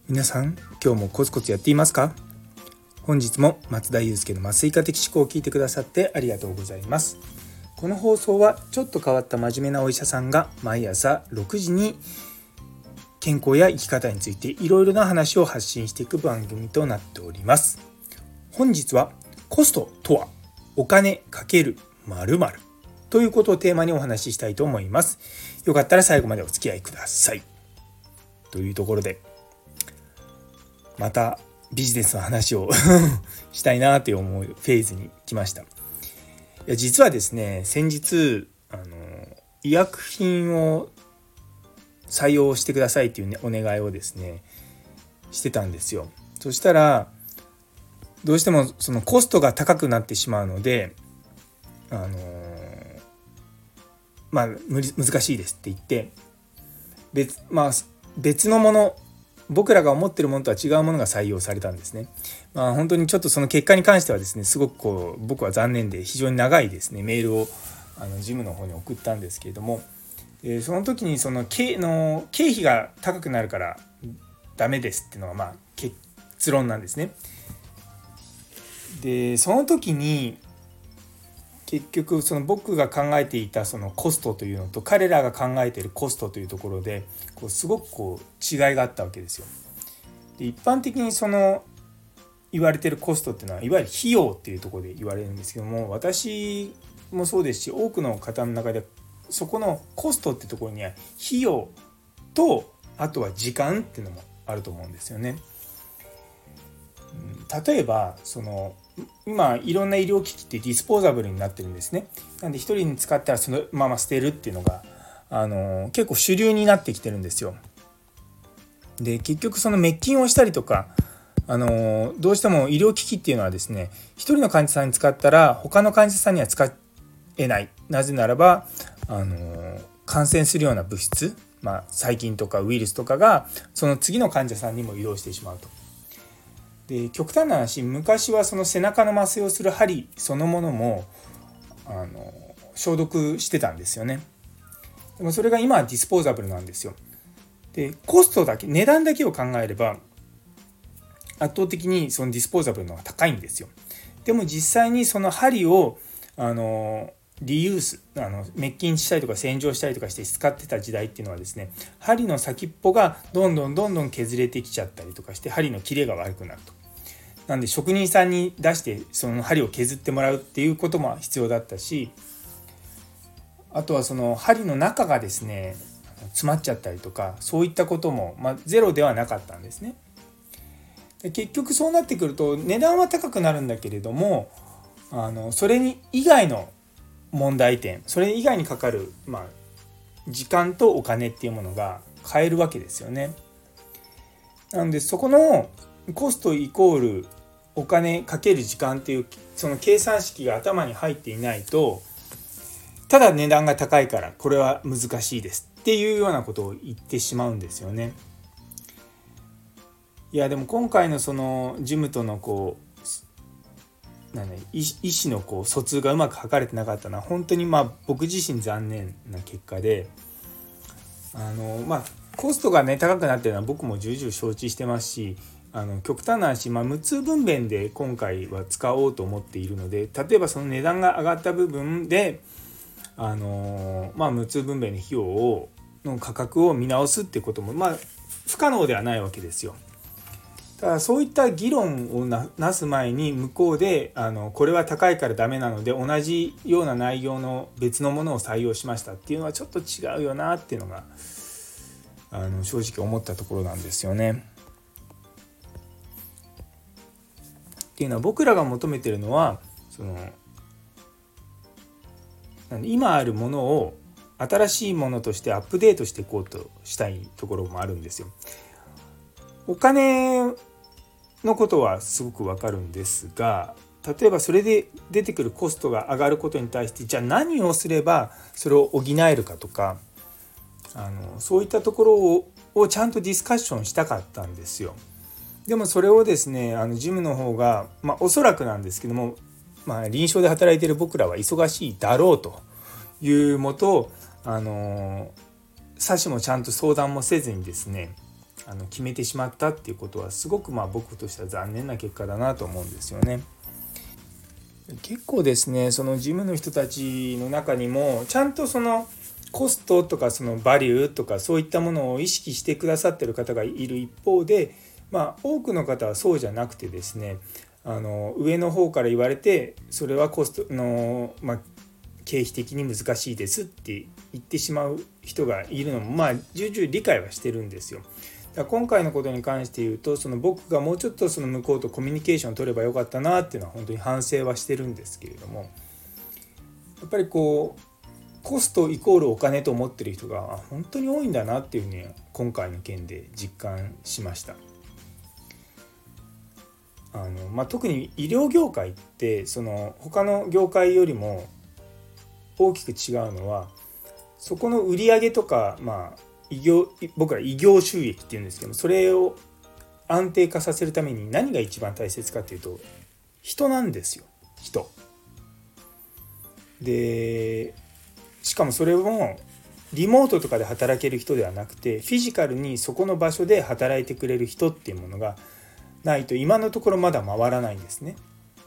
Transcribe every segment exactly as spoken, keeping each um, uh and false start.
皆さん、今日もコツコツやっていますか？本日も松田祐介の麻酔科的思考を聞いてくださってありがとうございます。この放送はちょっと変わった真面目なお医者さんが毎朝ろくじに健康や生き方についていろいろな話を発信していく番組となっております。本日はコストとはお金かける〇〇ということをテーマにお話ししたいと思います。よかったら最後までお付き合いください。というところでまたビジネスの話をしたいなという思うフェーズに来ました。いや実はですね、先日あの医薬品を採用してくださいという、ね、お願いをですねしてたんですよ。そしたらどうしてもそのコストが高くなってしまうので、あのまあ無理難しいですって言って、別まあ別のもの僕らが思っているものとは違うものが採用されたんですね。まあ、本当にちょっとその結果に関してはですね、すごくこう僕は残念で非常に長いですねメールをあの事務の方に送ったんですけれども、えー、その時にその経の経費が高くなるからダメですっていうのがまあ結論なんですね。でその時に結局その僕が考えていたそのコストというのと彼らが考えているコストというところでこうすごくこう違いがあったわけですよ。で一般的にその言われているコストっていうのはいわゆる費用っていうところで言われるんですけども、私もそうですし多くの方の中でそこのコストっていうところには費用とあとは時間っていうのもあると思うんですよね。例えばその今いろんな医療機器ってディスポーザブルになってるんですね。なんで一人に使ったらそのまま捨てるっていうのがあの結構主流になってきてるんですよ。で結局その滅菌をしたりとかあのどうしても医療機器っていうのはですね、一人の患者さんに使ったら他の患者さんには使えない。なぜならばあの感染するような物質、まあ、細菌とかウイルスとかがその次の患者さんにも移動してしまうと。で極端な話、昔はその背中の麻酔をする針そのものもあの消毒してたんですよね。でもそれが今はディスポーザブルなんですよ。でコストだけ値段だけを考えれば圧倒的にそのディスポーザブルの方が高いんですよ。でも実際にその針をあのリユースあの滅菌したりとか洗浄したりとかして使ってた時代っていうのはですね、針の先っぽがどんどんどんどん削れてきちゃったりとかして針の切れが悪くなると。なんで職人さんに出してその針を削ってもらうっていうことも必要だったし、あとはその針の中がですね詰まっちゃったりとかそういったことも、まあ、ゼロではなかったんですね。で結局そうなってくると値段は高くなるんだけれども、あのそれに以外の問題点、それ以外にかかる、まあ、時間とお金っていうものが買えるわけですよね。なのでそこのコストイコールお金かける時間っていうその計算式が頭に入っていないと、ただ値段が高いからこれは難しいですっていうようなことを言ってしまうんですよね。いやでも今回のそのジムとのこうなん、ね、医師のこう疎通がうまく図れてなかったのは本当にまあ僕自身残念な結果で、あのまあコストがね高くなってるのは僕も重々承知してますし、あの極端な話、まあ、無痛分娩で今回は使おうと思っているので、例えばその値段が上がった部分であの、まあ、無痛分娩の費用をの価格を見直すっていうことも、まあ、不可能ではないわけですよ。ただそういった議論を な, なす前に向こうであのこれは高いからダメなので同じような内容の別のものを採用しましたっていうのはちょっと違うよなっていうのがあの正直思ったところなんですよね。っていうのは僕らが求めているのはその今あるものを新しいものとしてアップデートしていこうとしたいところもあるんですよ。お金のことはすごくわかるんですが、例えばそれで出てくるコストが上がることに対してじゃあ何をすればそれを補えるかとか、あのそういったところを、をちゃんとディスカッションしたかったんですよ。でもそれをですねあのジムの方が、まあ、おそらくなんですけども、まあ、臨床で働いている僕らは忙しいだろうというもと、あの冊子もちゃんと相談もせずにですねあの決めてしまったっていうことはすごくまあ僕としては残念な結果だなと思うんですよね。結構ですね、その事務の人たちの中にもちゃんとそのコストとかそのバリューとかそういったものを意識してくださってる方がいる一方で、まあ多くの方はそうじゃなくてですね、あの上の方から言われてそれはコストの、まあ、経費的に難しいですって言ってしまう人がいるのもまあ重々理解はしてるんですよ。だから今回のことに関して言うと、その僕がもうちょっとその向こうとコミュニケーションを取ればよかったなっていうのは本当に反省はしてるんですけれども、やっぱりこうコストイコールお金と思ってる人が本当に多いんだなっていうふうに今回の件で実感しました。あのまあ、特に医療業界ってその他の業界よりも大きく違うのは、そこの売上とか、まあ、異業僕ら異業収益っていうんですけども、それを安定化させるために何が一番大切かっていうと人なんですよ。人で、しかもそれもリモートとかで働ける人ではなくて、フィジカルにそこの場所で働いてくれる人っていうものがないと今のところまだ回らないんですね。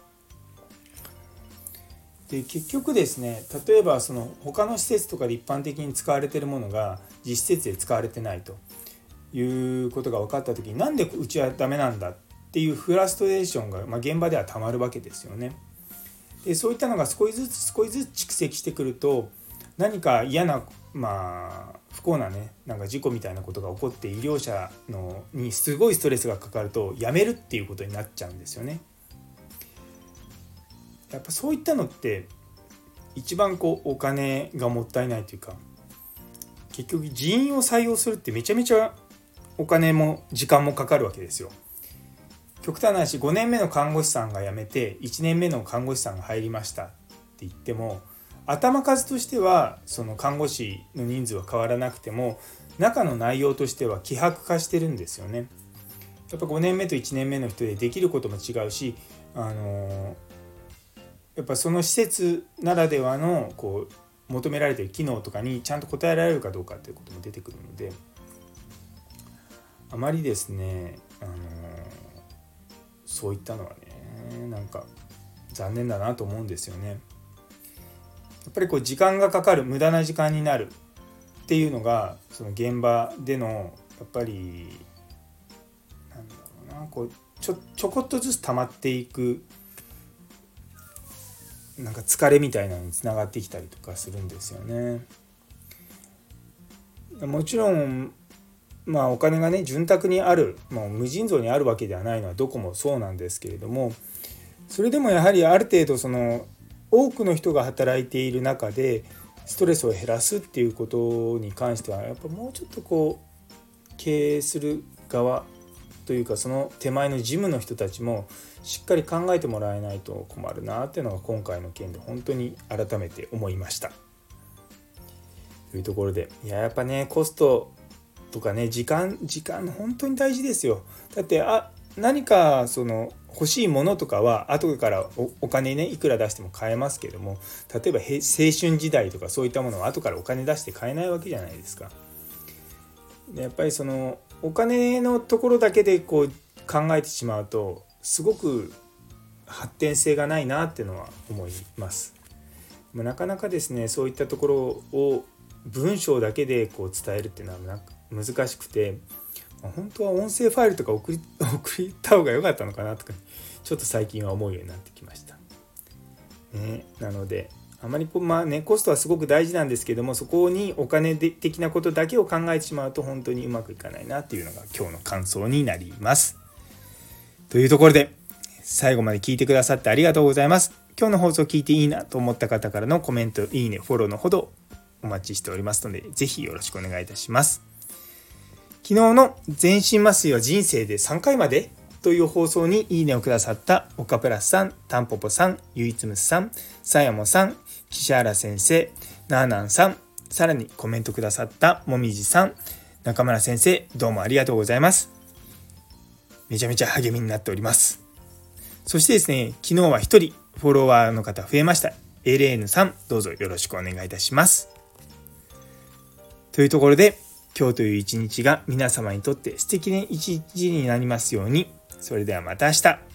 で結局ですね、例えばその他の施設とかで一般的に使われているものが実施設で使われてないということが分かった時に、なんでうちはダメなんだっていうフラストレーションが、まあ、現場ではたまるわけですよね。でそういったのが少しずつ少しずつ蓄積してくると、何か嫌な、まあ、不幸なね、なんか事故みたいなことが起こって医療者のにすごいストレスがかかると辞めるっていうことになっちゃうんですよね。やっぱそういったのって一番こうお金がもったいないというか、結局人員を採用するってめちゃめちゃお金も時間もかかるわけですよ。極端な話、ごねんめの看護師さんが辞めていちねんめの看護師さんが入りましたって言っても、頭数としてはその看護師の人数は変わらなくても、中の内容としては希薄化してるんですよね。やっぱごねんめといちねんめの人でできることも違うし、あのやっぱその施設ならではのこう求められている機能とかにちゃんと応えられるかどうかということも出てくるので、あまりですね、あのそういったのはね、なんか残念だなと思うんですよね。やっぱりこう時間がかかる、無駄な時間になるっていうのがその現場でのやっぱりなんだろうな、こうちょちょこっとずつ溜まっていくなんか疲れみたいなのにつながってきたりとかするんですよね。もちろんまあお金がね潤沢にある、もう無尽蔵にあるわけではないのはどこもそうなんですけれども、それでもやはりある程度その多くの人が働いている中でストレスを減らすっていうことに関してはやっぱもうちょっとこう経営する側というか、その手前の事務の人たちもしっかり考えてもらえないと困るなっていうのが今回の件で本当に改めて思いました。というところで、いややっぱねコストとかね時間時間本当に大事ですよ。だってあ何かその欲しいものとかは後から お, お金ねいくら出しても買えますけども、例えば青春時代とかそういったものは後からお金出して買えないわけじゃないですか。でやっぱりそのお金のところだけでこう考えてしまうとすごく発展性がないなっていうのは思います。なかなかですねそういったところを文章だけでこう伝えるっていうのは難しくて、本当は音声ファイルとか送り送った方が良かったのかなとかちょっと最近は思うようになってきました、ね、なのであまりこう、まあね、コストはすごく大事なんですけども、そこにお金的なことだけを考えてしまうと本当にうまくいかないなっていうのが今日の感想になります。というところで最後まで聞いてくださってありがとうございます。今日の放送を聞いていいなと思った方からのコメント、いいね、フォローのほどお待ちしておりますので、ぜひよろしくお願いいたします。昨日の全身麻酔は人生でさんかいまでという放送にいいねをくださった岡プラスさん、タンポポさん、ゆいつむさん、さやもさん、岸原先生、なーなんさん、さらにコメントくださったもみじさん、中村先生、どうもありがとうございます。めちゃめちゃ励みになっております。そしてですね、昨日はひとりフォロワーの方増えました。エルエヌ さん、どうぞよろしくお願いいたします。というところで今日という一日が皆様にとって素敵な一日になりますように。それではまた明日。